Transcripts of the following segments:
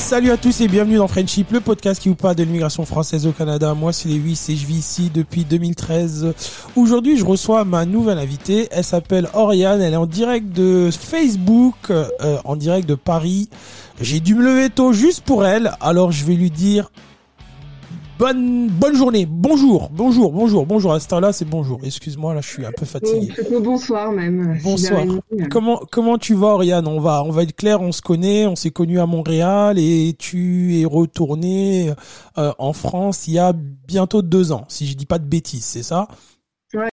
Salut à tous et bienvenue dans Friendship, le podcast qui vous parle de l'immigration française au Canada. Moi c'est Lewis et je vis ici depuis 2013. Aujourd'hui je reçois ma nouvelle invitée, elle s'appelle Oriane, elle est en direct de Facebook, en direct de Paris. J'ai dû me lever tôt juste pour elle, alors je vais lui dire bonne journée, bonjour. À ce temps-là, c'est bonjour. Excuse-moi, là, je suis un peu fatigué. Bonsoir même. Bonsoir. Comment tu vas, Oriane? On va être clair, on se connaît, on s'est connus à Montréal et tu es retourné en France il y a bientôt 2 ans, si je dis pas de bêtises, c'est ça? Ouais.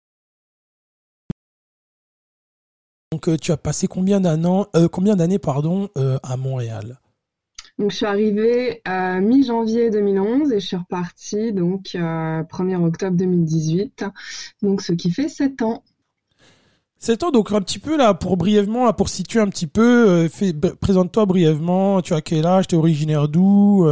Donc tu as passé combien d'années, à Montréal? Donc je suis arrivée à mi-janvier 2011 et je suis repartie donc 1er octobre 2018. Donc ce qui fait 7 ans. 7 ans, donc un petit peu là, pour situer un petit peu, présente-toi brièvement, tu as quel âge, t'es originaire d'où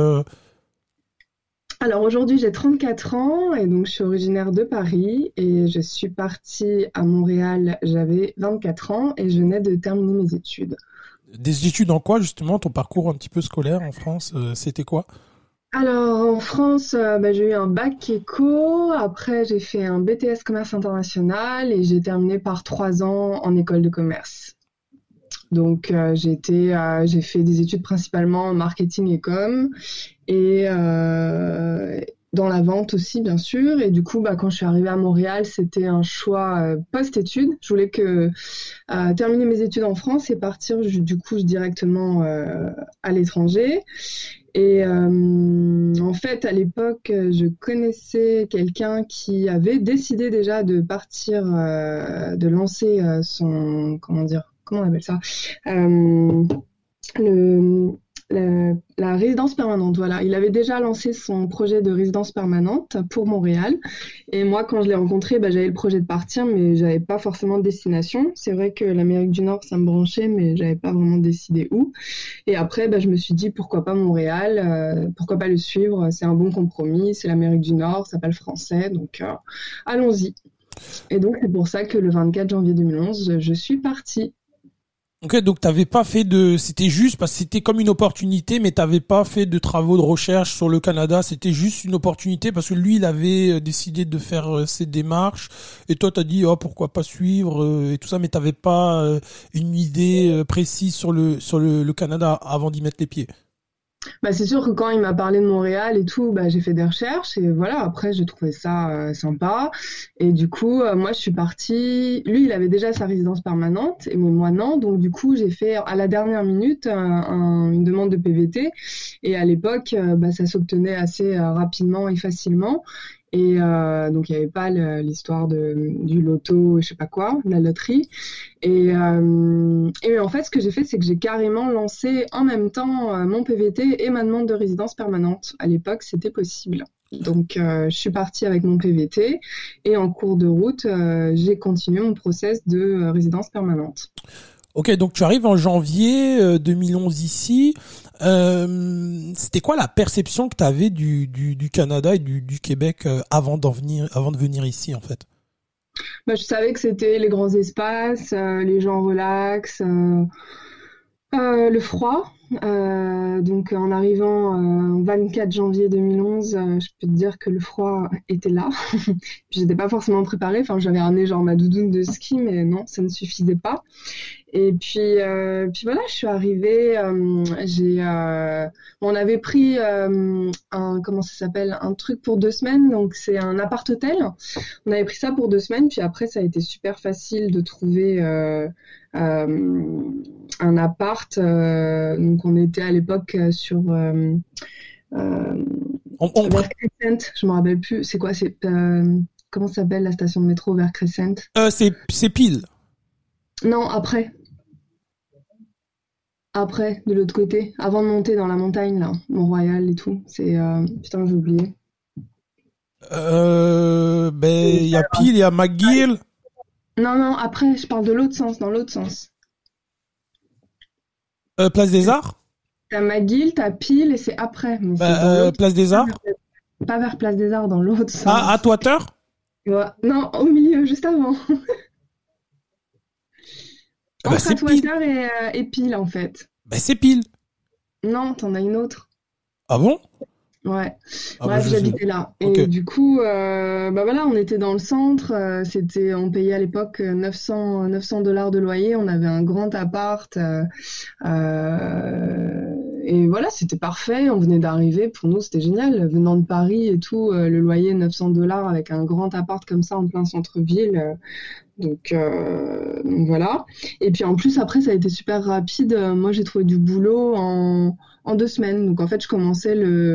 Alors aujourd'hui j'ai 34 ans et donc je suis originaire de Paris et je suis partie à Montréal, j'avais 24 ans et je venais de terminer mes études. Des études en quoi justement, ton parcours un petit peu scolaire en France, c'était quoi? Alors en France, j'ai eu un bac éco, après j'ai fait un BTS commerce international et j'ai terminé par 3 ans en école de commerce. Donc j'ai fait des études principalement en marketing et com et dans la vente aussi bien sûr. Et du coup, quand je suis arrivée à Montréal, c'était un choix post-études. Je voulais terminer mes études en France et partir du coup directement à l'étranger. Et en fait, à l'époque, je connaissais quelqu'un qui avait décidé déjà de partir, de lancer comment on appelle ça, le, la résidence permanente. Voilà, il avait déjà lancé son projet de résidence permanente pour Montréal. Et moi, quand je l'ai rencontré, j'avais le projet de partir, mais j'avais pas forcément de destination. C'est vrai que l'Amérique du Nord, ça me branchait, mais j'avais pas vraiment décidé où. Et après, je me suis dit pourquoi pas Montréal, pourquoi pas le suivre. C'est un bon compromis. C'est l'Amérique du Nord, ça parle français, donc allons-y. Et donc c'est pour ça que le 24 janvier 2011, je suis partie. Ok, donc c'était juste parce que c'était comme une opportunité, mais t'avais pas fait de travaux de recherche sur le Canada. C'était juste une opportunité parce que lui, il avait décidé de faire ses démarches et toi, t'as dit, pourquoi pas suivre et tout ça, mais t'avais pas une idée précise sur le Canada avant d'y mettre les pieds. C'est sûr que quand il m'a parlé de Montréal et tout, j'ai fait des recherches et voilà, après j'ai trouvé ça sympa et du coup moi je suis partie, lui il avait déjà sa résidence permanente mais moi non, donc du coup j'ai fait à la dernière minute une demande de PVT et à l'époque ça s'obtenait assez rapidement et facilement. Et donc il n'y avait pas l'histoire du loto, je sais pas quoi, de la loterie. Et en fait, ce que j'ai fait, c'est que j'ai carrément lancé en même temps mon PVT et ma demande de résidence permanente. À l'époque, c'était possible. Donc je suis partie avec mon PVT et en cours de route, j'ai continué mon process de résidence permanente. Ok, donc tu arrives en janvier 2011 ici. C'était quoi la perception que tu avais du Canada et du Québec avant de venir ici en fait? Je savais que c'était les grands espaces, les gens relax, le froid. Donc en arrivant 24 janvier 2011, je peux te dire que le froid était là. J'étais pas forcément préparée. Enfin, j'avais ramené genre ma doudoune de ski, mais non, ça ne suffisait pas. Et puis voilà, je suis arrivée. On avait pris un truc pour 2 semaines, donc c'est un appart-hôtel. On avait pris ça pour 2 semaines, puis après ça a été super facile de trouver un appart. Donc on était à l'époque sur vers Crescent. Je me rappelle plus. C'est quoi? Comment s'appelle la station de métro vers Crescent? C'est Peel. Non, après. Après, de l'autre côté, avant de monter dans la montagne, là, Mont-Royal et tout. Putain, j'ai oublié. Il y a Peel, il y a McGill. Non, après, je parle de l'autre sens, dans l'autre sens. Place des Arts. T'as McGill, t'as Peel et c'est après. Mais Place des Arts. Pas vers Place des Arts, dans l'autre sens. Ah, Atwater. Ouais. Non, au milieu, juste avant. Entre c'est Peel. Atwater et Peel, en fait. C'est Peel. Non, t'en as une autre. Ah bon? Ouais. Ah bah Bref, je sais. j'habitais là. Ok. Et du coup, bah voilà, on était dans le centre. On payait à l'époque 900 dollars de loyer. On avait un grand appart. Et voilà, c'était parfait. On venait d'arriver. Pour nous, c'était génial. Venant de Paris et tout, le loyer 900 dollars avec un grand appart comme ça en plein centre-ville. Donc voilà. Et puis en plus, après, ça a été super rapide. Moi, j'ai trouvé du boulot en 2 semaines. Donc en fait, je commençais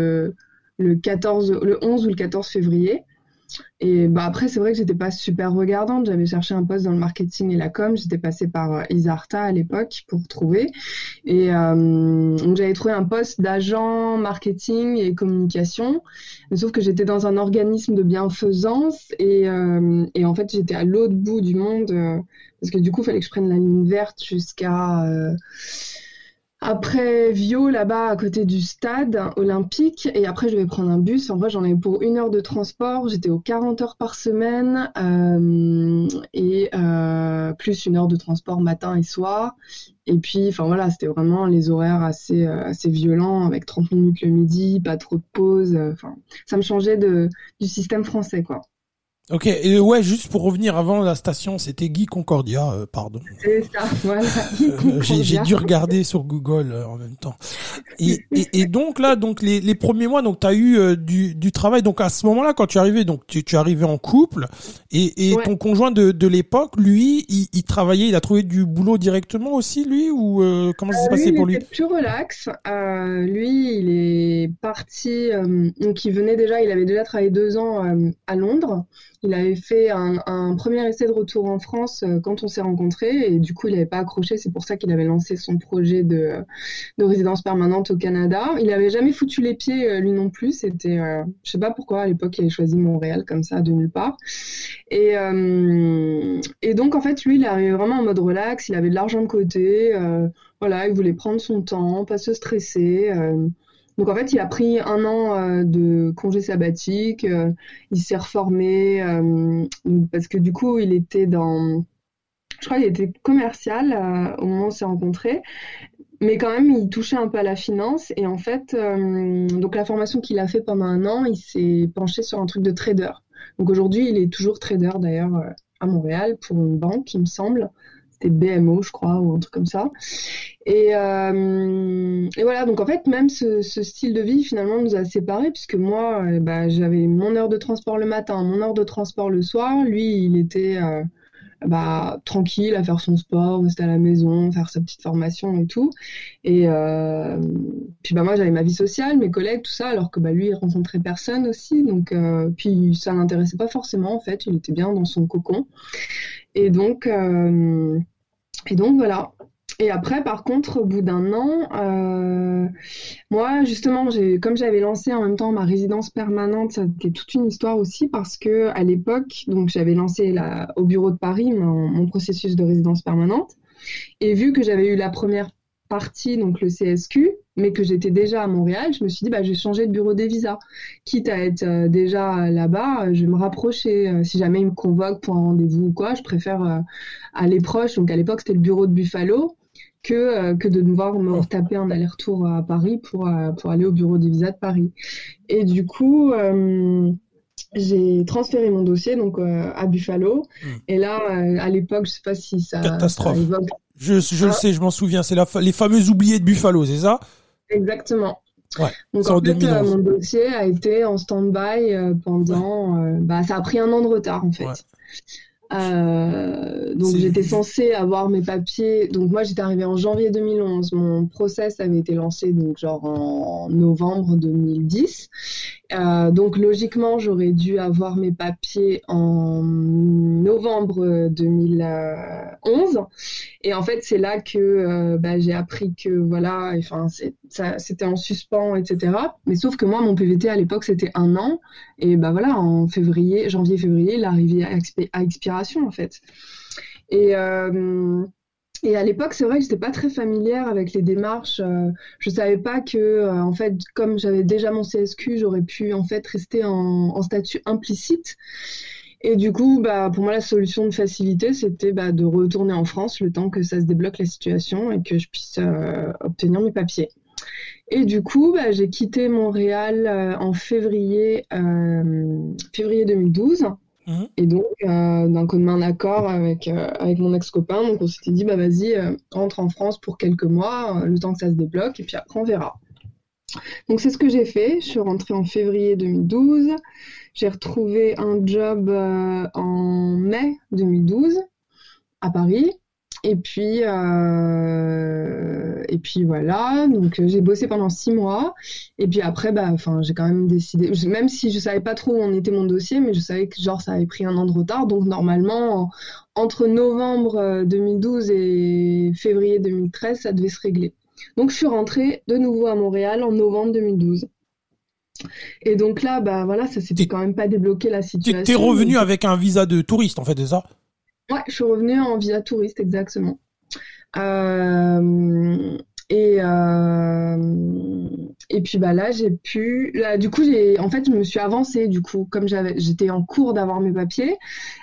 le 11 ou le 14 février. Et bah après, c'est vrai que j'étais pas super regardante. J'avais cherché un poste dans le marketing et la com. J'étais passée par Isarta à l'époque pour trouver. Et donc j'avais trouvé un poste d'agent marketing et communication. Mais sauf que j'étais dans un organisme de bienfaisance et en fait, j'étais à l'autre bout du monde parce que du coup, il fallait que je prenne la ligne verte jusqu'à après Vio, là-bas, à côté du stade olympique. Et après, je vais prendre un bus. En vrai, j'en avais pour 1 heure de transport. J'étais aux 40 heures par semaine. Et plus 1 heure de transport matin et soir. Et puis, enfin voilà, c'était vraiment les horaires assez violents, avec 30 minutes le midi, pas trop de pause. Enfin, ça me changeait du système français, quoi. Ok, et ouais, juste pour revenir avant la station, c'était Guy Concordia, pardon. C'est ça, voilà. J'ai dû regarder sur Google en même temps. Et donc là, donc les premiers mois, donc t'as eu du travail. Donc à ce moment-là, quand tu es arrivé, donc tu es arrivé en couple et Ouais. ton conjoint de l'époque, lui, il travaillait, il a trouvé du boulot directement aussi, lui, ou comment ça s'est Lui, passé il pour lui? était plus relax. Lui, il est parti. Donc, il avait déjà travaillé 2 ans à Londres. Il avait fait un premier essai de retour en France quand on s'est rencontrés. Et du coup, il n'avait pas accroché. C'est pour ça qu'il avait lancé son projet de résidence permanente au Canada. Il n'avait jamais foutu les pieds, lui non plus. Je sais pas pourquoi, à l'époque, il avait choisi Montréal comme ça, de nulle part. Et donc, en fait, lui, il est arrivé vraiment en mode relax. Il avait de l'argent de côté. Voilà, il voulait prendre son temps, pas se stresser. Donc en fait, il a pris 1 an de congé sabbatique. Il s'est reformé parce que du coup, je crois qu'il était commercial au moment où on s'est rencontrés, mais quand même, il touchait un peu à la finance. Et en fait, donc la formation qu'il a fait pendant 1 an, il s'est penché sur un truc de trader. Donc aujourd'hui, il est toujours trader d'ailleurs à Montréal pour une banque, il me semble. C'était BMO, je crois, ou un truc comme ça. Et voilà, donc en fait, même ce style de vie, finalement, nous a séparés, puisque moi, bah, j'avais mon heure de transport le matin, mon heure de transport le soir. Lui, il était bah, tranquille à faire son sport, rester à la maison, faire sa petite formation et tout. Et puis bah, moi, j'avais ma vie sociale, mes collègues, tout ça, alors que bah, lui, il rencontrait personne aussi. Donc, puis ça l'intéressait pas forcément, en fait. Il était bien dans son cocon. Et donc, euh, et donc voilà. Et après, par contre, au bout d'1 an, moi, justement, comme j'avais lancé en même temps ma résidence permanente, c'était toute une histoire aussi parce que à l'époque, donc j'avais lancé au bureau de Paris mon processus de résidence permanente. Et vu que j'avais eu la première partie, donc le CSQ, mais que j'étais déjà à Montréal, je me suis dit, bah, je vais changer de bureau des visas. Quitte à être déjà là-bas, je vais me rapprocher. Si jamais ils me convoquent pour un rendez-vous ou quoi, je préfère aller proche. Donc à l'époque, c'était le bureau de Buffalo que de devoir me retaper un aller-retour à Paris pour aller au bureau des visas de Paris. Et du coup, j'ai transféré mon dossier donc à Buffalo. Et là, à l'époque, je sais pas si ça Catastrophe. évoque. Je le sais, je m'en souviens. C'est les fameux oubliés de Buffalo, c'est ça? Exactement. Ouais. Donc C'est en en fait, 2011. mon dossier a été en stand-by pendant. Bah, ça a pris 1 an de retard en fait. Ouais. Donc C'est j'étais censée avoir mes papiers. Donc moi j'étais arrivée en janvier 2011. Mon process avait été lancé donc genre en novembre 2010. Donc logiquement j'aurais dû avoir mes papiers en novembre 2011. Et en fait c'est là que bah, j'ai appris que voilà, enfin c'était en suspens, etc. Mais sauf que moi mon PVT à l'époque c'était 1 an. Et bah voilà, en janvier-février, il arrivait à expiration en fait. Et à l'époque, c'est vrai que j'étais pas très familière avec les démarches. Je savais pas que, en fait, comme j'avais déjà mon CSQ, j'aurais pu en fait rester en statut implicite. Et du coup, bah pour moi, la solution de facilité, c'était bah, de retourner en France le temps que ça se débloque la situation et que je puisse obtenir mes papiers. Et du coup, bah, j'ai quitté Montréal en février 2012. Et donc, d'un commun accord avec mon ex-copain, donc on s'était dit, bah vas-y, rentre en France pour quelques mois, le temps que ça se débloque, et puis après on verra. Donc c'est ce que j'ai fait. Je suis rentrée en février 2012. J'ai retrouvé un job en mai 2012 à Paris. Et puis voilà, donc j'ai bossé pendant 6 mois. Et puis après, j'ai quand même décidé, même si je savais pas trop où en était mon dossier, mais je savais que genre ça avait pris un an de retard. Donc normalement, entre novembre 2012 et février 2013, ça devait se régler. Donc je suis rentrée de nouveau à Montréal en novembre 2012. Et donc là, voilà, ça s'était quand même pas débloqué la situation. T'es revenu avec un visa de touriste, en fait, c'est ça? Ouais, je suis revenue en visa touriste, exactement. Et puis là du coup je me suis avancée, du coup comme j'étais en cours d'avoir mes papiers,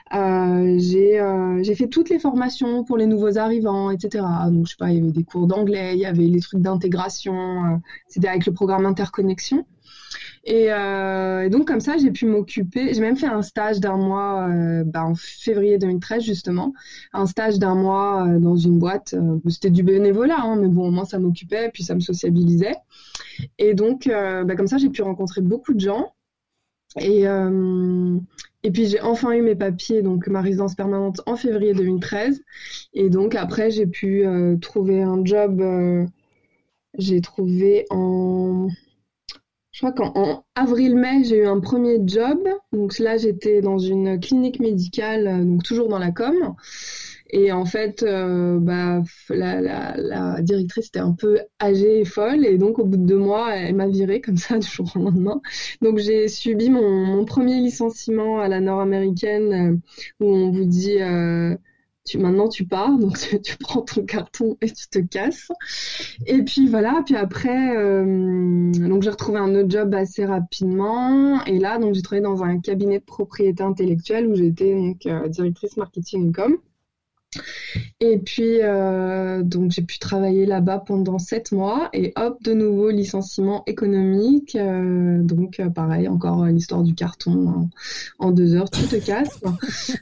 j'ai fait toutes les formations pour les nouveaux arrivants, etc. Donc je sais pas, il y avait des cours d'anglais, il y avait les trucs d'intégration, c'était avec le programme Interconnexion. Et donc comme ça, j'ai pu m'occuper. J'ai même fait un stage d'1 mois en février 2013 justement, un stage d'1 mois dans une boîte. C'était du bénévolat, hein, mais bon, au moins ça m'occupait, puis ça me sociabilisait. Et donc comme ça, j'ai pu rencontrer beaucoup de gens. Et puis j'ai enfin eu mes papiers, donc ma résidence permanente en février 2013. Et donc après, j'ai pu trouver un job. J'ai trouvé je crois qu'en avril-mai, j'ai eu un premier job. Donc là, j'étais dans une clinique médicale, donc toujours dans la com. Et en fait, la directrice était un peu âgée et folle. Et donc, au bout de 2 mois, elle m'a virée comme ça, du jour au lendemain. Donc, j'ai subi mon premier licenciement à la nord-américaine, où on vous dit... maintenant tu pars, donc tu prends ton carton et tu te casses. Et puis voilà, puis après, donc j'ai retrouvé un autre job assez rapidement. Et là, donc j'ai travaillé dans un cabinet de propriété intellectuelle où j'étais donc directrice marketing et com. Et puis donc j'ai pu travailler là-bas pendant 7 mois et hop, de nouveau licenciement économique. Donc pareil, encore l'histoire du carton en 2 heures, tu te casses. Non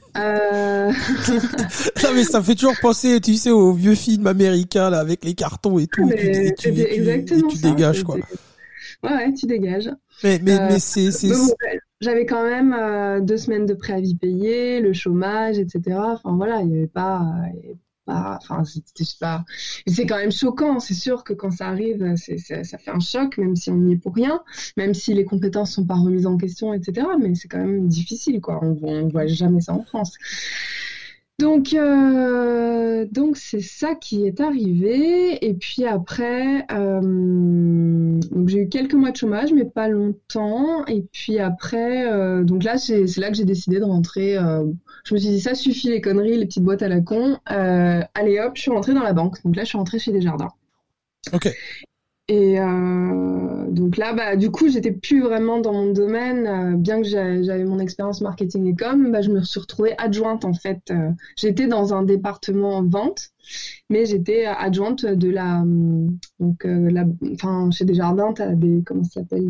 mais ça fait toujours penser, tu sais, aux vieux films américains là avec les cartons et tout. Et tu dégages quoi. Ouais, tu dégages. Mais c'est... J'avais quand même 2 semaines de préavis payés, le chômage, etc. Enfin voilà, il n'y avait pas... Enfin, c'est quand même choquant. C'est sûr que quand ça arrive, ça fait un choc, même si on n'y est pour rien, même si les compétences sont pas remises en question, etc. Mais c'est quand même difficile, quoi. On voit jamais ça en France. Donc c'est ça qui est arrivé. Et puis après, donc j'ai eu quelques mois de chômage, mais pas longtemps. Et puis après, donc là, c'est là que j'ai décidé de rentrer. Je me suis dit, ça suffit les conneries, les petites boîtes à la con. Allez hop, je suis rentrée dans la banque. Donc là, je suis rentrée chez Desjardins. Ok. Et donc là, du coup, j'étais plus vraiment dans mon domaine. Bien que j'avais mon expérience marketing et com, je me suis retrouvée adjointe en fait. J'étais dans un département vente, mais j'étais adjointe de chez Desjardins, t'as comment ça s'appelle,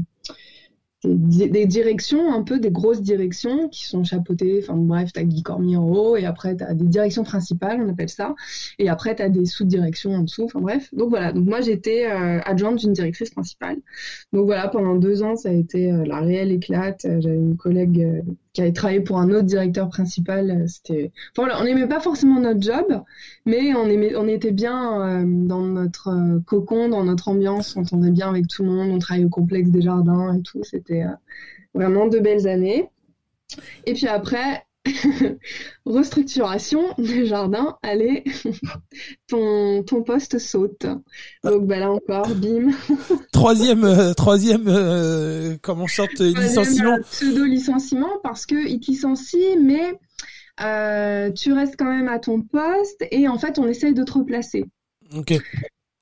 des directions, un peu des grosses directions qui sont chapeautées. Enfin bref, t'as Guy Cormier en haut et après t'as des directions principales, on appelle ça. Et après t'as des sous-directions en dessous. Enfin bref. Donc voilà. Donc moi j'étais adjointe d'une directrice principale. Donc voilà, pendant 2 ans ça a été la réelle éclate. J'avais une collègue qui avait travaillé pour un autre directeur principal. On n'aimait pas forcément notre job, mais on était bien dans notre cocon, dans notre ambiance. On s'entendait bien avec tout le monde. On travaillait au complexe Desjardins et tout. C'était vraiment 2 belles années. Et puis après, restructuration Desjardins. Allez, ton poste saute. Donc là encore, bim. Troisième comment sorte licenciement. Pseudo licenciement parce que il te licencie, mais tu restes quand même à ton poste et en fait on essaye de te replacer. Ok.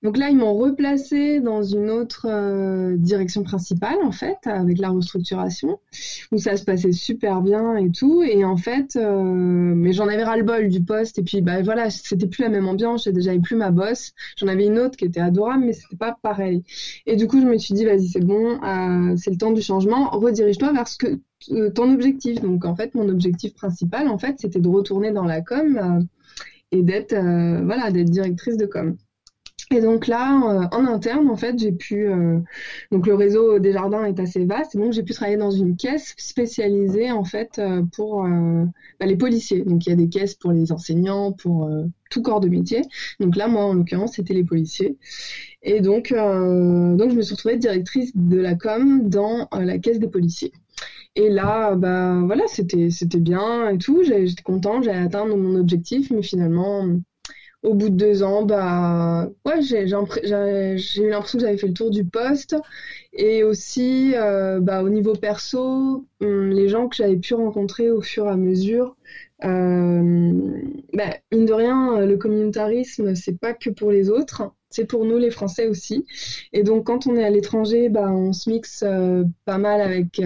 Donc là, ils m'ont replacée dans une autre direction principale, en fait, avec la restructuration, où ça se passait super bien et tout. Et en fait, mais j'en avais ras-le-bol du poste. Et puis, bah voilà, c'était plus la même ambiance. J'avais plus ma boss. J'en avais une autre qui était adorable, mais c'était pas pareil. Et du coup, je me suis dit, vas-y, c'est bon, c'est le temps du changement. Redirige-toi vers ce que ton objectif. Donc, en fait, mon objectif principal, en fait, c'était de retourner dans la com et d'être directrice de com. Et donc là, en interne, en fait, j'ai pu... donc le réseau des jardins est assez vaste, et donc j'ai pu travailler dans une caisse spécialisée, en fait, pour les policiers. Donc il y a des caisses pour les enseignants, pour tout corps de métier. Donc là, moi, en l'occurrence, c'était les policiers. Et donc je me suis retrouvée directrice de la com dans la caisse des policiers. Et là, voilà, c'était bien et tout. J'étais contente, j'avais atteint mon objectif, mais finalement... Au bout de 2 ans, j'ai eu l'impression que j'avais fait le tour du poste. Et aussi, au niveau perso, les gens que j'avais pu rencontrer au fur et à mesure, mine de rien, le communautarisme, c'est pas que pour les autres, c'est pour nous les Français aussi. Et donc, quand on est à l'étranger, on se mixe pas mal avec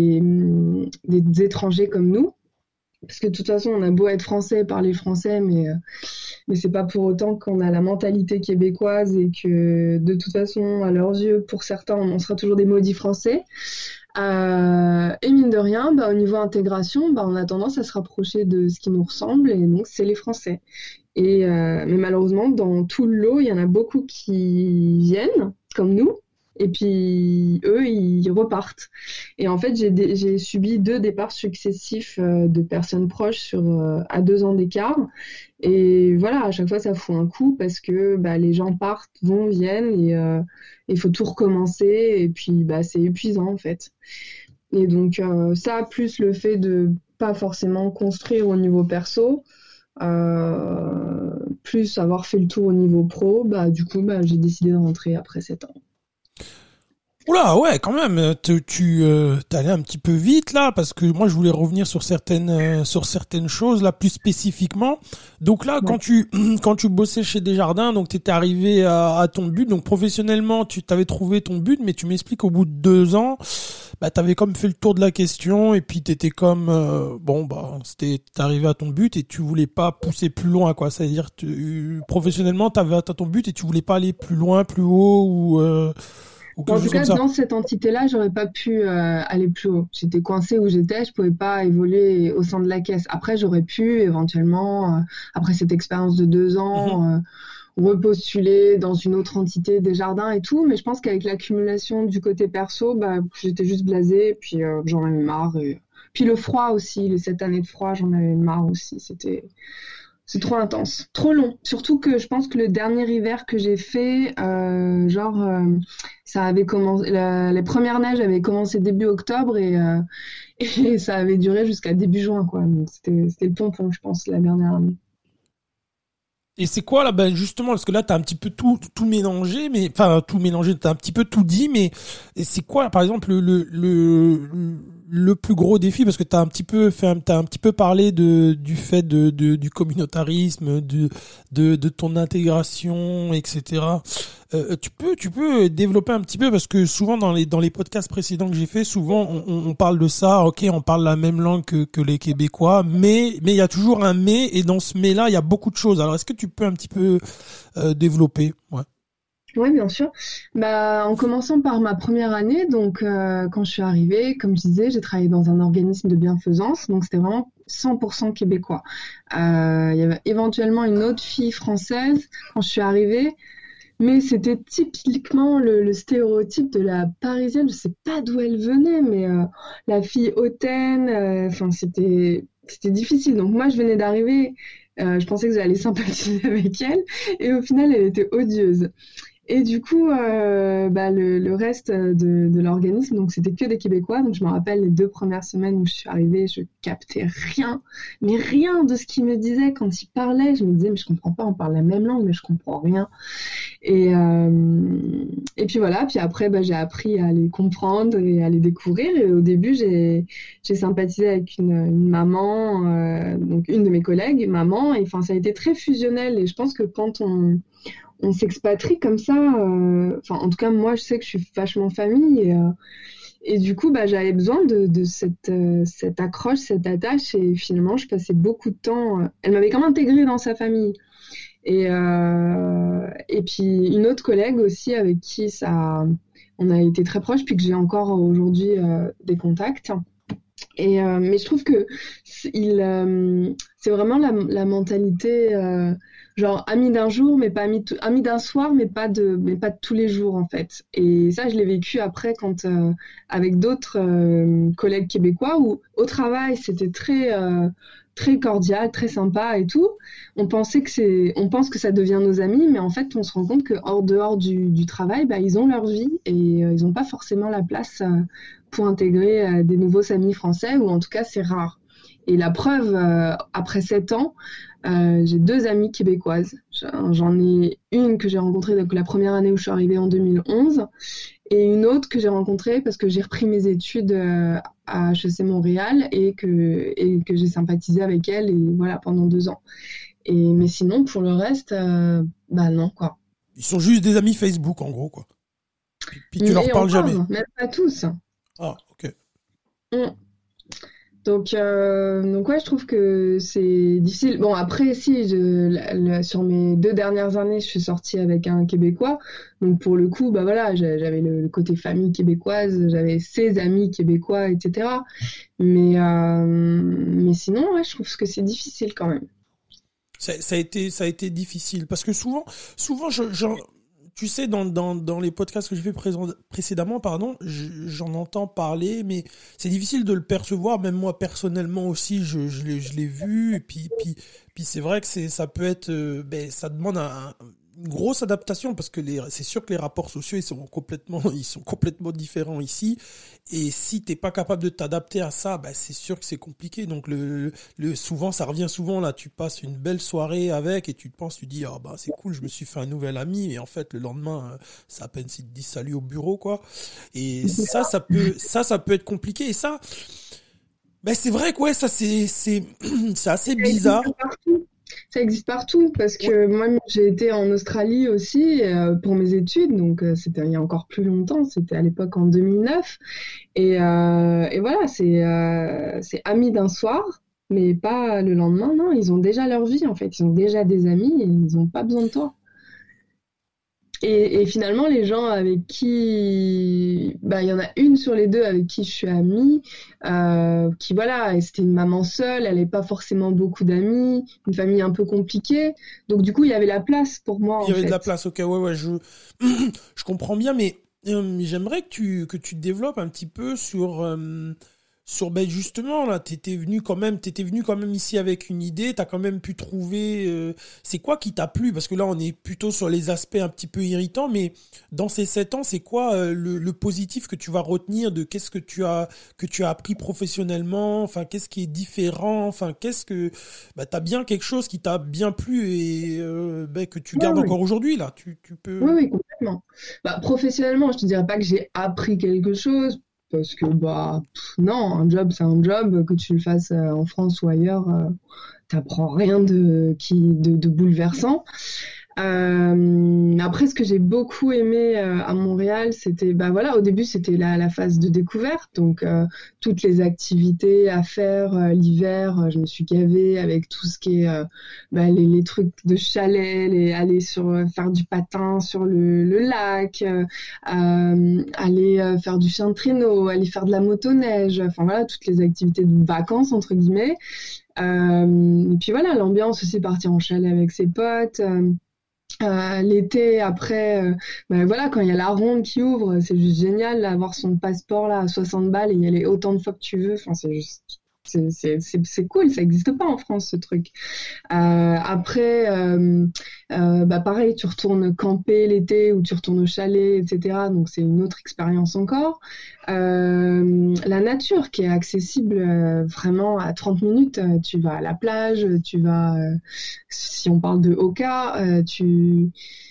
des étrangers comme nous. Parce que de toute façon, on a beau être français, parler français, mais c'est pas pour autant qu'on a la mentalité québécoise et que de toute façon, à leurs yeux, pour certains, on sera toujours des maudits français. Et mine de rien, au niveau intégration, on a tendance à se rapprocher de ce qui nous ressemble, et donc c'est les Français. Mais malheureusement, dans tout le lot, il y en a beaucoup qui viennent, comme nous, et puis eux, ils repartent. Et en fait, j'ai subi 2 départs successifs de personnes proches à 2 ans d'écart. Et voilà, à chaque fois, ça fout un coup parce que les gens partent, viennent, et il faut tout recommencer. Et puis, c'est épuisant, en fait. Et donc, ça, plus le fait de pas forcément construire au niveau perso, plus avoir fait le tour au niveau pro, du coup, j'ai décidé de rentrer après 7 ans. Oula, ouais, quand même, t'es allé un petit peu vite là, parce que moi je voulais revenir sur certaines choses là plus spécifiquement. Donc là, Ouais. quand tu bossais chez Desjardins, donc t'étais arrivé à ton but, donc professionnellement tu t'avais trouvé ton but, mais tu m'expliques au bout de 2 ans, t'avais comme fait le tour de la question et puis t'étais comme t'es arrivé à ton but et tu voulais pas pousser plus loin quoi. C'est-à-dire professionnellement t'avais atteint ton but et tu voulais pas aller plus loin, plus haut ou quelque En tout chose comme cas, ça. dans cette entité-là, j'aurais pas pu aller plus haut. J'étais coincée où j'étais, je pouvais pas évoluer au sein de la caisse. Après, j'aurais pu éventuellement, après cette expérience de 2 Mhm. ans, repostuler dans une autre entité des jardins et tout. Mais je pense qu'avec l'accumulation du côté perso, j'étais juste blasée, et puis j'en avais marre. Et... Puis le froid aussi, les 7 années de froid, j'en avais marre aussi. C'est trop intense, trop long. Surtout que je pense que le dernier hiver que j'ai fait, ça avait commencé, les premières neiges avaient commencé début octobre et ça avait duré jusqu'à début juin, quoi. Donc c'était le pompon, je pense, la dernière année. Et c'est quoi là, justement, parce que là t'as un petit peu tout mélangé, mais enfin tout mélangé, t'as un petit peu tout dit, mais c'est quoi, par exemple, le plus gros défi, parce que t'as un petit peu parlé du fait du communautarisme, de ton intégration, etc. Tu peux développer un petit peu, parce que souvent dans les podcasts précédents que j'ai fait, souvent on parle de ça. Ok, on parle la même langue que les Québécois, mais il y a toujours un mais, et dans ce mais là il y a beaucoup de choses. Alors est-ce que tu peux un petit peu développer? Ouais. Oui, bien sûr. En commençant par ma première année, donc quand je suis arrivée, comme je disais, j'ai travaillé dans un organisme de bienfaisance, donc c'était vraiment 100% québécois. Il y avait éventuellement une autre fille française quand je suis arrivée, mais c'était typiquement le stéréotype de la Parisienne. Je sais pas d'où elle venait, mais la fille hautaine, c'était difficile. Donc moi, je venais d'arriver, je pensais que j'allais sympathiser avec elle, et au final, elle était odieuse. Et du coup, le reste de l'organisme, donc c'était que des Québécois. Donc je me rappelle les 2 premières semaines où je suis arrivée, je captais rien, mais rien de ce qu'ils me disaient quand ils parlaient. Je me disais, mais je comprends pas, on parle la même langue, mais je comprends rien. Et puis voilà, puis après, j'ai appris à les comprendre et à les découvrir. Et au début, j'ai sympathisé avec une maman, donc une de mes collègues, maman. Et enfin, ça a été très fusionnel. Et je pense que quand on s'expatrie comme ça. Enfin, en tout cas, moi, je sais que je suis vachement famille et du coup, bah, j'avais besoin de cette accroche, cette attache et finalement, je passais beaucoup de temps. Elle m'avait quand même intégrée dans sa famille. Et puis une autre collègue aussi avec qui on a été très proches, puis que j'ai encore aujourd'hui des contacts. Mais je trouve que c'est vraiment la mentalité genre ami d'un jour, mais pas ami d'un soir, mais pas de tous les jours en fait. Et ça, je l'ai vécu après quand avec d'autres collègues québécois où au travail c'était très cordial, très sympa et tout. On pense que ça devient nos amis, mais en fait, on se rend compte que hors dehors du travail, bah, ils ont leur vie et ils n'ont pas forcément la place pour intégrer des nouveaux amis français, ou en tout cas, c'est rare. Et la preuve, après 7 ans, j'ai 2 amies québécoises. J'en ai une que j'ai rencontrée donc, la première année où je suis arrivée en 2011, et une autre que j'ai rencontrée parce que j'ai repris mes études à HEC Montréal et que j'ai sympathisé avec elle et voilà pendant 2 ans. Mais sinon pour le reste, bah non quoi. Ils sont juste des amis Facebook en gros quoi. Puis tu leur parles jamais. Même pas tous. Ah ok. Donc ouais, je trouve que c'est difficile. Bon, après, si, sur mes 2 dernières années, je suis sortie avec un Québécois. Donc pour le coup, bah voilà, j'avais le côté famille québécoise, j'avais ses amis québécois, etc. Mais sinon, ouais, je trouve que c'est difficile quand même. Ça a été difficile parce que souvent, tu sais, dans les podcasts que j'ai fait précédemment, pardon, j'en entends parler, mais c'est difficile de le percevoir. Même moi, personnellement aussi, je l'ai vu. Et puis c'est vrai que ça peut être, ça demande une grosse adaptation parce que c'est sûr que les rapports sociaux, ils sont complètement différents ici. Et si t'es pas capable de t'adapter à ça, c'est sûr que c'est compliqué. Donc souvent, ça revient souvent là. Tu passes une belle soirée avec et tu dis c'est cool, je me suis fait un nouvel ami. Et en fait, le lendemain, c'est à peine s'il te dit salut au bureau quoi. Et ça peut être compliqué. Et ça, c'est vrai que ouais, ça c'est assez bizarre. Ça existe partout parce que moi j'ai été en Australie aussi pour mes études, donc c'était il y a encore plus longtemps, c'était à l'époque en 2009 et voilà, c'est amis d'un soir mais pas le lendemain, non, ils ont déjà leur vie en fait, ils ont déjà des amis et ils n'ont pas besoin de toi. Et finalement, les gens avec qui, il y en a une sur les 2 avec qui je suis amie, qui voilà, c'était une maman seule, elle n'avait pas forcément beaucoup d'amis, une famille un peu compliquée, donc du coup il y avait la place pour moi. Il y avait de la place, ok, ouais, je comprends bien, mais j'aimerais que tu développes un petit peu sur justement là, t'étais venu quand même ici avec une idée, t'as quand même pu trouver c'est quoi qui t'a plu, parce que là on est plutôt sur les aspects un petit peu irritants, mais dans ces 7 ans c'est quoi le positif que tu vas retenir de qu'est-ce que tu as appris professionnellement, enfin qu'est-ce qui est différent, enfin qu'est-ce que t'as bien quelque chose qui t'a bien plu et que tu gardes encore aujourd'hui là, tu peux. Oui, complètement. Professionnellement je te dirais pas que j'ai appris quelque chose, parce que non, un job c'est un job, que tu le fasses en France ou ailleurs, t'apprends rien de bouleversant. Après, ce que j'ai beaucoup aimé à Montréal, c'était au début c'était la phase de découverte, donc toutes les activités à faire l'hiver, je me suis gavée avec tout ce qui est les trucs de chalet, aller faire du patin sur le lac, aller faire du chien de traîneau, aller faire de la motoneige, enfin voilà, toutes les activités de vacances entre guillemets. Et puis voilà, l'ambiance aussi, partir en chalet avec ses potes. L'été après, quand il y a la ronde qui ouvre, c'est juste génial, avoir son passeport là à 60 balles et y aller autant de fois que tu veux, enfin c'est cool, ça n'existe pas en France ce truc. Après pareil, tu retournes camper l'été ou tu retournes au chalet, etc., donc c'est une autre expérience encore. La nature qui est accessible vraiment à 30 minutes, tu vas à la plage, tu vas si on parle de Oka, tu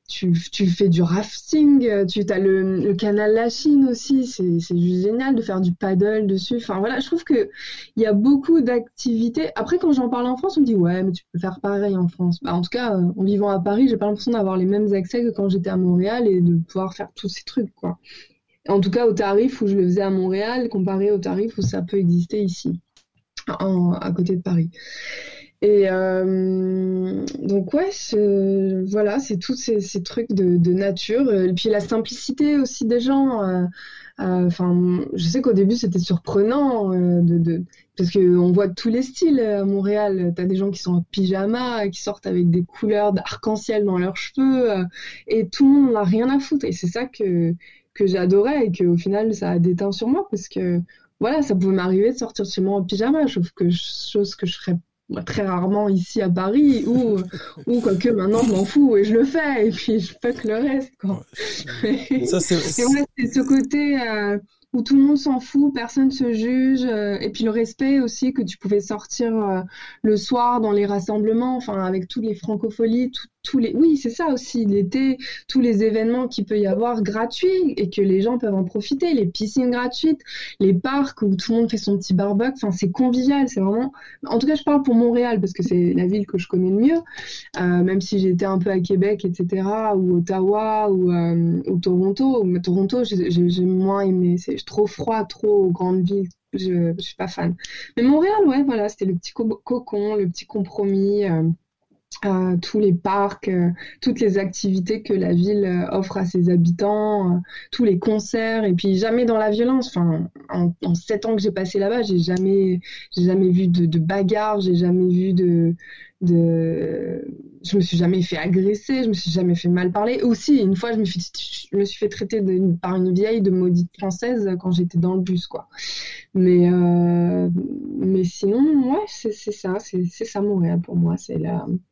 tu fais du rafting, tu as le canal Lachine aussi, c'est juste génial de faire du paddle dessus. Enfin voilà, je trouve que il y a beaucoup d'activités. Après, quand j'en parle en France, on me dit ouais, mais tu peux faire pareil en France. Bah, en tout cas, en vivant à Paris, j'ai pas l'impression d'avoir les mêmes accès que quand j'étais à Montréal et de pouvoir faire tous ces trucs, quoi. En tout cas, au tarif où je le faisais à Montréal, comparé au tarif où ça peut exister ici, à côté de Paris. Et donc ouais, voilà, c'est tous ces trucs de nature. Et puis la simplicité aussi des gens. Enfin, je sais qu'au début c'était surprenant parce que on voit tous les styles à Montréal. T'as des gens qui sont en pyjama, qui sortent avec des couleurs d'arc-en-ciel dans leurs cheveux, et tout le monde n'a rien à foutre. Et c'est ça que j'adorais et qu'au final ça a déteint sur moi parce que voilà, ça pouvait m'arriver de sortir de chez moi en pyjama, chose que je ferais très rarement ici à Paris ou quoique maintenant je m'en fous et je le fais et puis je fuck le reste, quoi. Ça, Et ouais, c'est ce côté où tout le monde s'en fout, personne se juge, et puis le respect aussi que tu pouvais sortir le soir dans les rassemblements, enfin avec toutes les francopholies, oui, c'est ça aussi, l'été, tous les événements qu'il peut y avoir gratuits et que les gens peuvent en profiter, les piscines gratuites, les parcs où tout le monde fait son petit barbecue, enfin c'est convivial, c'est vraiment, en tout cas je parle pour Montréal parce que c'est la ville que je connais le mieux, même si j'étais un peu à Québec, etc., ou Ottawa ou Toronto. Mais Toronto j'ai moins aimé, c'est trop froid, trop grande ville, je suis pas fan. Mais Montréal, ouais, voilà, c'était le petit cocon, le petit compromis. Tous les parcs, toutes les activités que la ville offre à ses habitants, tous les concerts, et puis jamais dans la violence. Enfin, en 7 ans que j'ai passé là-bas, j'ai jamais vu de bagarre, j'ai jamais vu je me suis jamais fait agresser, je me suis jamais fait mal parler. Aussi, une fois, je me suis fait traiter par une vieille de maudite française quand j'étais dans le bus, quoi. Mais sinon, ouais, c'est ça Montréal pour moi, c'est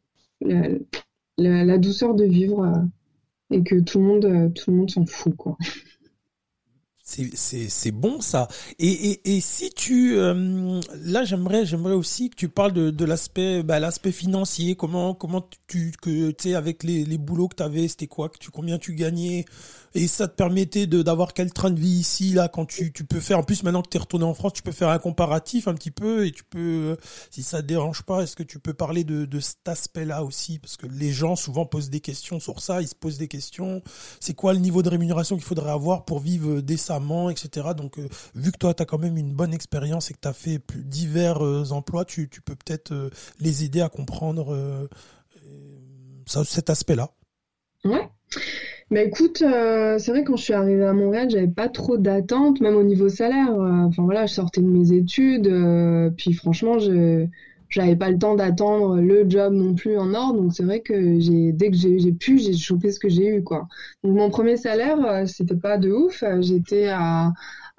la douceur de vivre et que tout le monde s'en fout, quoi. C'est bon ça. Et si tu là j'aimerais aussi que tu parles de l'aspect financier, comment tu sais avec les boulots que tu avais, c'était quoi, combien tu gagnais, et ça te permettait d'avoir quel train de vie ici là quand tu peux faire, en plus maintenant que tu es retourné en France, tu peux faire un comparatif un petit peu, et tu peux, si ça te dérange pas, est-ce que tu peux parler de cet aspect-là aussi, parce que les gens souvent posent des questions sur ça, ils se posent des questions, c'est quoi le niveau de rémunération qu'il faudrait avoir pour vivre décemment, etc. Donc vu que toi tu as quand même une bonne expérience et que tu as fait divers emplois, tu peux peut-être les aider à comprendre cet aspect-là. Ouais. Bah écoute, c'est vrai, quand je suis arrivée à Montréal, j'avais pas trop d'attentes, même au niveau salaire. Enfin voilà, je sortais de mes études, puis franchement, j'avais pas le temps d'attendre le job non plus en or, donc c'est vrai que dès que j'ai chopé ce que j'ai eu, quoi. Donc mon premier salaire, c'était pas de ouf, j'étais à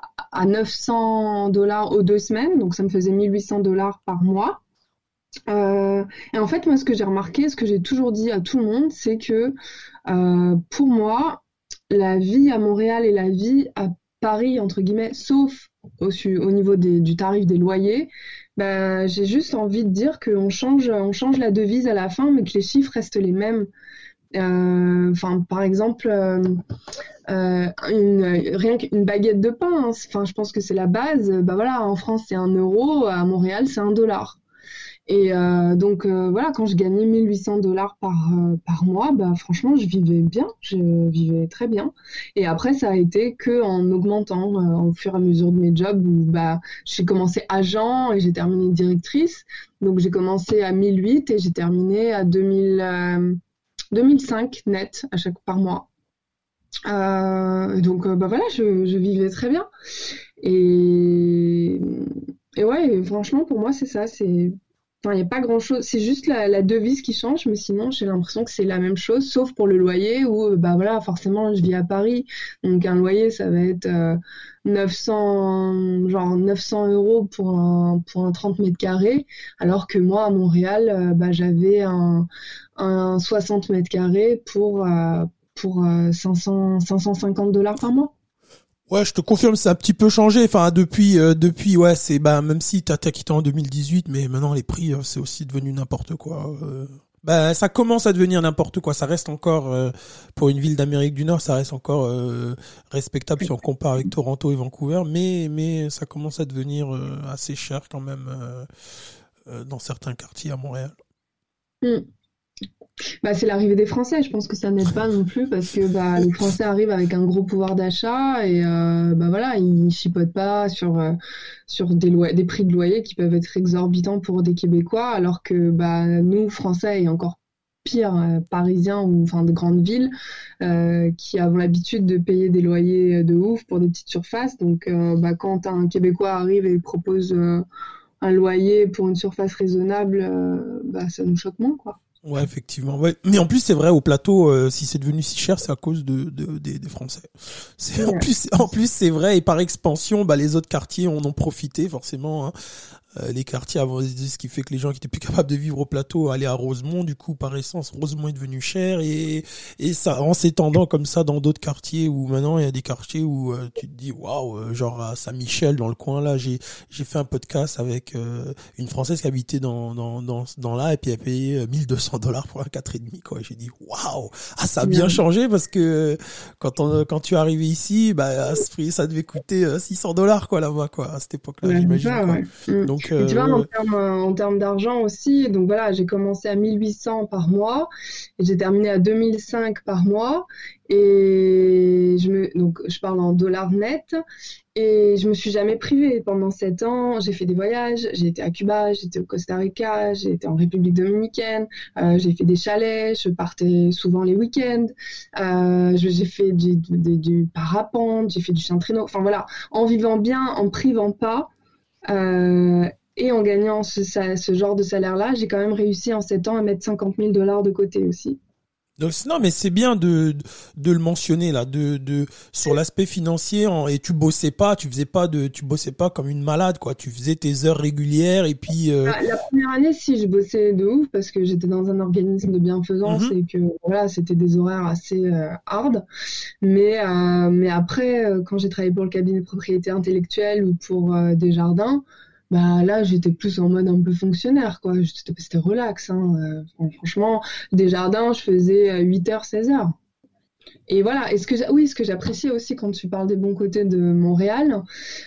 $900 aux 2 semaines, donc ça me faisait $1 800 par mois. Et en fait, moi, ce que j'ai remarqué, ce que j'ai toujours dit à tout le monde, c'est que pour moi, la vie à Montréal et la vie à Paris, entre guillemets, sauf au niveau du tarif des loyers, bah, j'ai juste envie de dire qu'on change la devise à la fin, mais que les chiffres restent les mêmes. Enfin, par exemple, rien qu'une baguette de pain, hein, enfin, je pense que c'est la base. Bah voilà, en France c'est 1 euro, à Montréal c'est $1. Et donc voilà, quand je gagnais $1 800 par mois, bah franchement je vivais bien, je vivais très bien. Et après ça a été que en augmentant au fur et à mesure de mes jobs où bah j'ai commencé agent et j'ai terminé directrice. Donc j'ai commencé à 1 800 et j'ai terminé à 2005 net par mois. Donc bah voilà, je vivais très bien. Et ouais, franchement pour moi c'est ça, enfin, il n'y a pas grand-chose, c'est juste la devise qui change, mais sinon j'ai l'impression que c'est la même chose, sauf pour le loyer où bah voilà, forcément je vis à Paris, donc un loyer ça va être 900 € pour un 30 mètres carrés, alors que moi à Montréal bah j'avais un 60 mètres carrés pour 550 $ par mois. Ouais, je te confirme, c'est un petit peu changé. Enfin, depuis, ouais, c'est même si t'as quitté en 2018, mais maintenant les prix, c'est aussi devenu n'importe quoi. Bah, ça commence à devenir n'importe quoi. Ça reste encore, pour une ville d'Amérique du Nord, ça reste encore respectable si on compare avec Toronto et Vancouver, mais ça commence à devenir assez cher quand même dans certains quartiers à Montréal. Mm. Bah, c'est l'arrivée des Français. Je pense que ça n'aide pas non plus parce que bah, les Français arrivent avec un gros pouvoir d'achat et bah voilà, ils chipotent pas sur des prix de loyer qui peuvent être exorbitants pour des Québécois, alors que bah nous Français et encore pire Parisiens ou enfin de grandes villes qui avons l'habitude de payer des loyers de ouf pour des petites surfaces. Donc bah quand un Québécois arrive et propose un loyer pour une surface raisonnable, bah ça nous choque moins quoi. Ouais, effectivement. Ouais. Mais en plus, c'est vrai, au plateau, si c'est devenu si cher, c'est à cause des Français. C'est, en plus, c'est vrai, et par expansion, bah, les autres quartiers en ont profité, forcément, hein. Les quartiers avant, ce qui fait que les gens qui étaient plus capables de vivre au plateau allaient à Rosemont. Du coup, par essence, Rosemont est devenu cher et ça, en s'étendant comme ça dans d'autres quartiers où maintenant il y a des quartiers où tu te dis waouh, genre à Saint-Michel dans le coin là, j'ai fait un podcast avec une Française qui habitait dans là et puis elle payait $1,200 pour un 4,5 quoi. J'ai dit waouh, ah ça a bien changé parce que quand tu es arrivé ici, bah à ce prix ça devait coûter $600 quoi là-bas quoi à cette époque-là, j'imagine ça, quoi. Ouais. Donc Et tu vois, en termes d'argent aussi, donc voilà, j'ai commencé à 1 800 par mois et j'ai terminé à 2 500 par mois. Et donc je parle en dollars net et je me suis jamais privée pendant 7 ans. J'ai fait des voyages, j'ai été à Cuba, j'étais au Costa Rica, j'ai été en République dominicaine, j'ai fait des chalets, je partais souvent les week-ends, j'ai fait du parapente, j'ai fait du chien de traîneau. Enfin voilà, en vivant bien, en privant pas. Et en gagnant ce genre de salaire-là, j'ai quand même réussi en 7 ans à mettre $50,000 de côté aussi. Donc non, mais c'est bien de le mentionner là, sur l'aspect financier. Et tu bossais pas comme une malade quoi. Tu faisais tes heures régulières et puis. La première année, si je bossais de ouf parce que j'étais dans un organisme de bienfaisance et que voilà, c'était des horaires assez hard. Mais après, quand j'ai travaillé pour le cabinet de propriété intellectuelle ou pour Desjardins, bah là j'étais plus en mode un peu fonctionnaire quoi. C'était relax, hein. Franchement, Desjardins, je faisais 8h, 16h. Et voilà, ce que j'appréciais aussi quand tu parles des bons côtés de Montréal,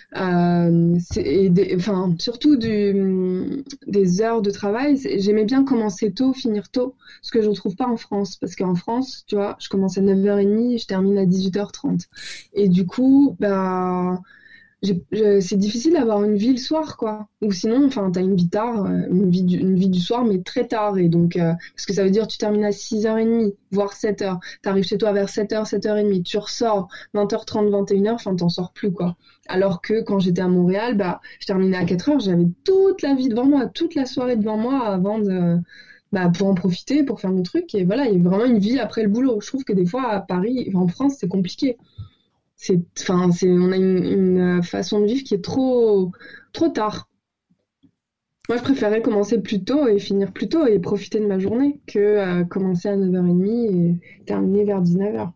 surtout des heures de travail, j'aimais bien commencer tôt, finir tôt, ce que je ne trouve pas en France. Parce qu'en France, tu vois, je commence à 9h30 et je termine à 18h30. Et du coup, bah, c'est difficile d'avoir une vie le soir, quoi. Ou sinon, enfin, t'as une vie tard, une vie du soir, mais très tard. Et donc, parce que ça veut dire tu termines à 6h30, voire 7h. T'arrives chez toi vers 7h, 7h30. Tu ressors 20h30, 21h, enfin, t'en sors plus, quoi. Alors que quand j'étais à Montréal, bah, je terminais à 4h, j'avais toute la vie devant moi, toute la soirée devant moi avant pour en profiter, pour faire mon truc. Et voilà, il y a vraiment une vie après le boulot. Je trouve que des fois, à Paris, en France, c'est compliqué. On a une façon de vivre qui est trop tard. Moi, je préférais commencer plus tôt et finir plus tôt et profiter de ma journée que commencer à 9h30 et terminer vers 19h.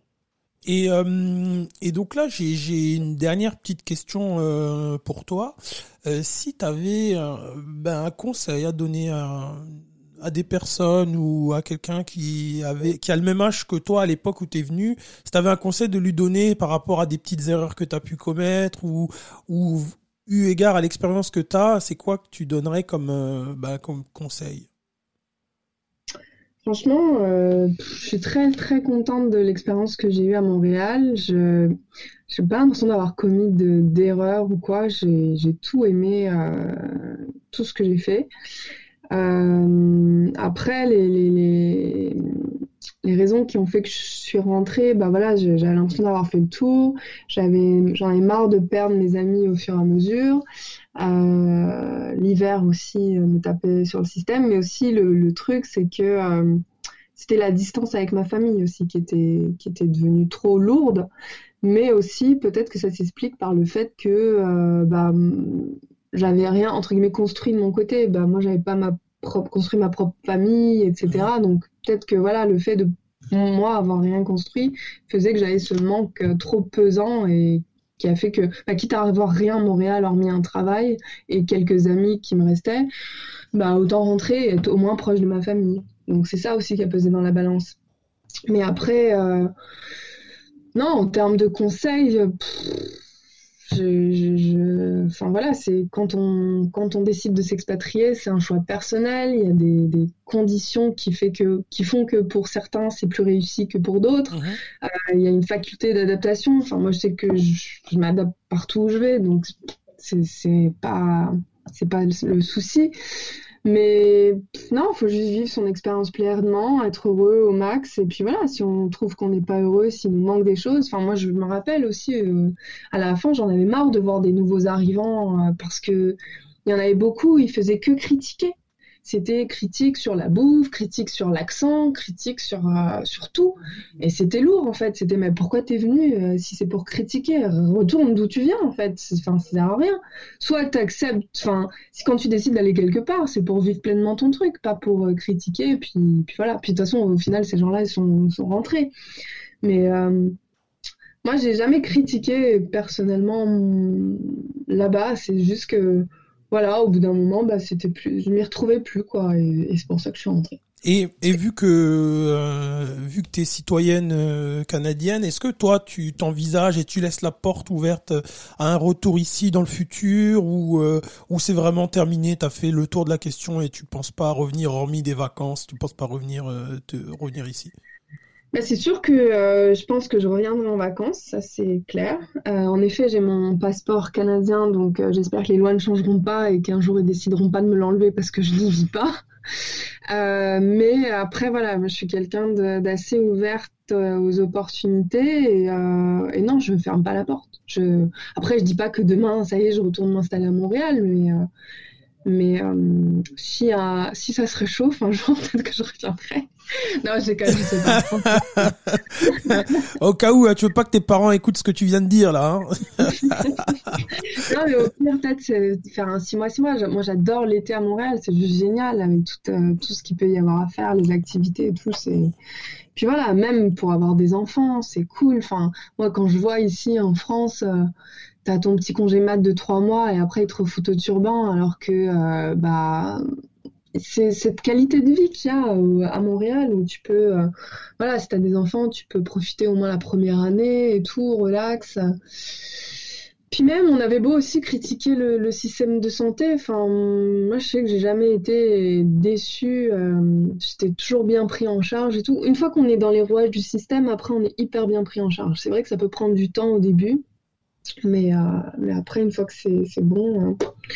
Et donc là, j'ai une dernière petite question pour toi. Si tu avais un conseil à donner à des personnes ou à quelqu'un qui a le même âge que toi à l'époque où t'es venu, si t'avais un conseil de lui donner par rapport à des petites erreurs que t'as pu commettre ou eu égard à l'expérience que t'as, c'est quoi que tu donnerais comme conseil? Franchement, je suis très très contente de l'expérience que j'ai eue à Montréal. Je n'ai pas l'impression d'avoir commis d'erreurs ou quoi. J'ai tout aimé, tout ce que j'ai fait. Après, les raisons qui ont fait que je suis rentrée, bah voilà, j'avais l'impression d'avoir fait le tour. J'en ai marre de perdre mes amis au fur et à mesure. L'hiver aussi me tapait sur le système, mais aussi le truc, c'est que c'était la distance avec ma famille aussi qui était devenue trop lourde. Mais aussi, peut-être que ça s'explique par le fait que j'avais rien, entre guillemets, construit de mon côté. Bah, moi, j'avais pas construit ma propre famille, etc. Donc, peut-être que voilà, le fait de moi avoir rien construit faisait que j'avais ce manque trop pesant et qui a fait que, quitte à avoir rien à Montréal, hormis un travail et quelques amis qui me restaient, autant rentrer et être au moins proche de ma famille. Donc c'est ça aussi qui a pesé dans la balance. Mais après, non, en termes de conseils, enfin voilà, c'est quand on décide de s'expatrier, c'est un choix personnel. Il y a des conditions qui font que pour certains c'est plus réussi que pour d'autres. Il y a une faculté d'adaptation. Enfin moi je sais que je m'adapte partout où je vais, donc c'est pas le souci. Mais non, il faut juste vivre son expérience pleinement, être heureux au max. Et puis voilà, si on trouve qu'on n'est pas heureux, s'il nous manque des choses. Enfin, moi, je me rappelle aussi, à la fin, j'en avais marre de voir des nouveaux arrivants parce que il y en avait beaucoup, ils faisaient que critiquer. C'était critique sur la bouffe, critique sur l'accent, critique sur tout. Et c'était lourd, en fait. C'était, mais pourquoi t'es venu si c'est pour critiquer? Retourne d'où tu viens, en fait. Enfin, ça sert à rien. Soit t'acceptes, enfin, si quand tu décides d'aller quelque part, c'est pour vivre pleinement ton truc, pas pour critiquer. Et puis voilà. Puis de toute façon, au final, ces gens-là, ils sont rentrés. Mais moi, j'ai jamais critiqué personnellement là-bas. C'est juste que voilà, au bout d'un moment, bah, je m'y retrouvais plus, quoi, et c'est pour ça que je suis rentrée. Et vu que t'es citoyenne canadienne, est-ce que toi tu t'envisages et tu laisses la porte ouverte à un retour ici dans le futur ou c'est vraiment terminé, t'as fait le tour de la question et tu penses pas revenir hormis des vacances, tu penses pas revenir ici? Bah, c'est sûr que je pense que je reviendrai en vacances, ça c'est clair. En effet, j'ai mon passeport canadien, donc j'espère que les lois ne changeront pas et qu'un jour ils décideront pas de me l'enlever parce que je n'y vis pas. Mais après, voilà, moi, je suis quelqu'un d'assez ouverte aux opportunités et non, je ne ferme pas la porte. Après, je dis pas que demain, ça y est, je retourne m'installer à Montréal, mais si ça se réchauffe un jour, peut-être que je reviendrai. Non, je sais pas. Au cas où, tu veux pas que tes parents écoutent ce que tu viens de dire là, hein. Non, mais au pire, peut-être c'est faire un 6 mois. Moi, j'adore l'été à Montréal, c'est juste génial avec tout ce qu'il peut y avoir à faire, les activités et tout. Puis voilà, même pour avoir des enfants, c'est cool. Enfin, moi, quand je vois ici en France, t'as ton petit congé mat de 3 mois et après ils te refoutent au turban, alors que c'est cette qualité de vie qu'il y a à Montréal où tu peux, voilà, si t'as des enfants, tu peux profiter au moins la première année et tout, relax. Puis même, on avait beau aussi critiquer le système de santé. Enfin, moi, je sais que j'ai jamais été déçue. J'étais toujours bien pris en charge et tout. Une fois qu'on est dans les rouages du système, après, on est hyper bien pris en charge. C'est vrai que ça peut prendre du temps au début. Mais après, une fois que c'est bon,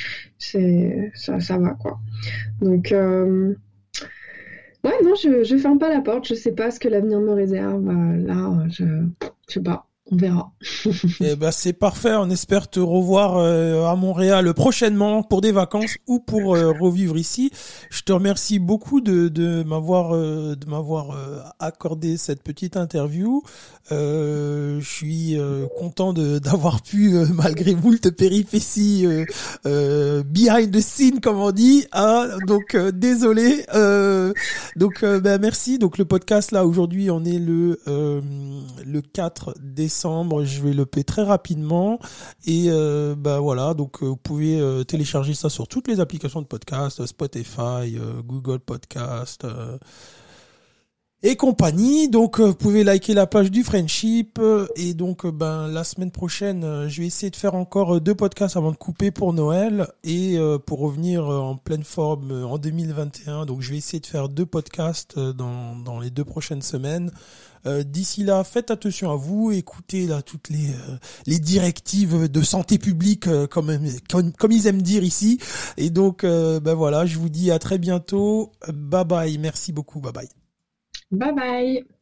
ça va, quoi. Donc, ouais, non, je ferme pas la porte. Je sais pas ce que l'avenir me réserve. Là, je sais pas. On verra. Eh ben c'est parfait. On espère te revoir à Montréal prochainement pour des vacances ou pour revivre ici. Je te remercie beaucoup de m'avoir accordé cette petite interview. Je suis content d'avoir pu malgré moult péripéties behind the scene comme on dit. Hein, donc désolé. Ben merci. Donc le podcast là aujourd'hui on est le 4 décembre. Je vais le payer très rapidement et voilà, donc vous pouvez télécharger ça sur toutes les applications de podcast, Spotify, Google Podcast et compagnie. Donc vous pouvez liker la page du Friendship et donc la semaine prochaine je vais essayer de faire encore 2 podcasts avant de couper pour Noël et pour revenir en pleine forme en 2021. Donc je vais essayer de faire 2 podcasts dans les 2 prochaines semaines. D'ici là, faites attention à vous, écoutez là toutes les directives de santé publique comme ils aiment dire ici. Et donc voilà, je vous dis à très bientôt. Bye bye, merci beaucoup, bye bye. Bye bye.